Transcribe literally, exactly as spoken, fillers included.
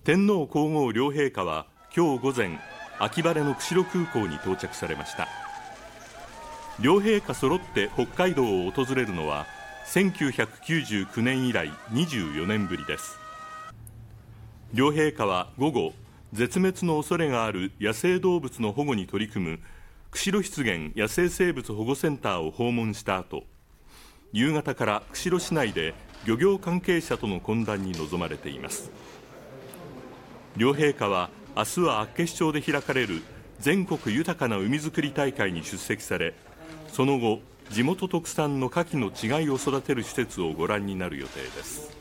天皇皇后両陛下は今日午前、秋晴れの釧路空港に到着されました。両陛下揃って北海道を訪れるのはせんきゅうひゃくきゅうじゅうきゅうねん以来にじゅうよねんぶりです。両陛下は午後、絶滅の恐れがある野生動物の保護に取り組む釧路湿原野生生物保護センターを訪問した後、夕方から釧路市内で漁業関係者との懇談に臨まれています。両陛下は明日は厚岸町で開かれる全国豊かな海づくり大会に出席され、その後、地元特産の牡蠣の稚貝を育てる施設をご覧になる予定です。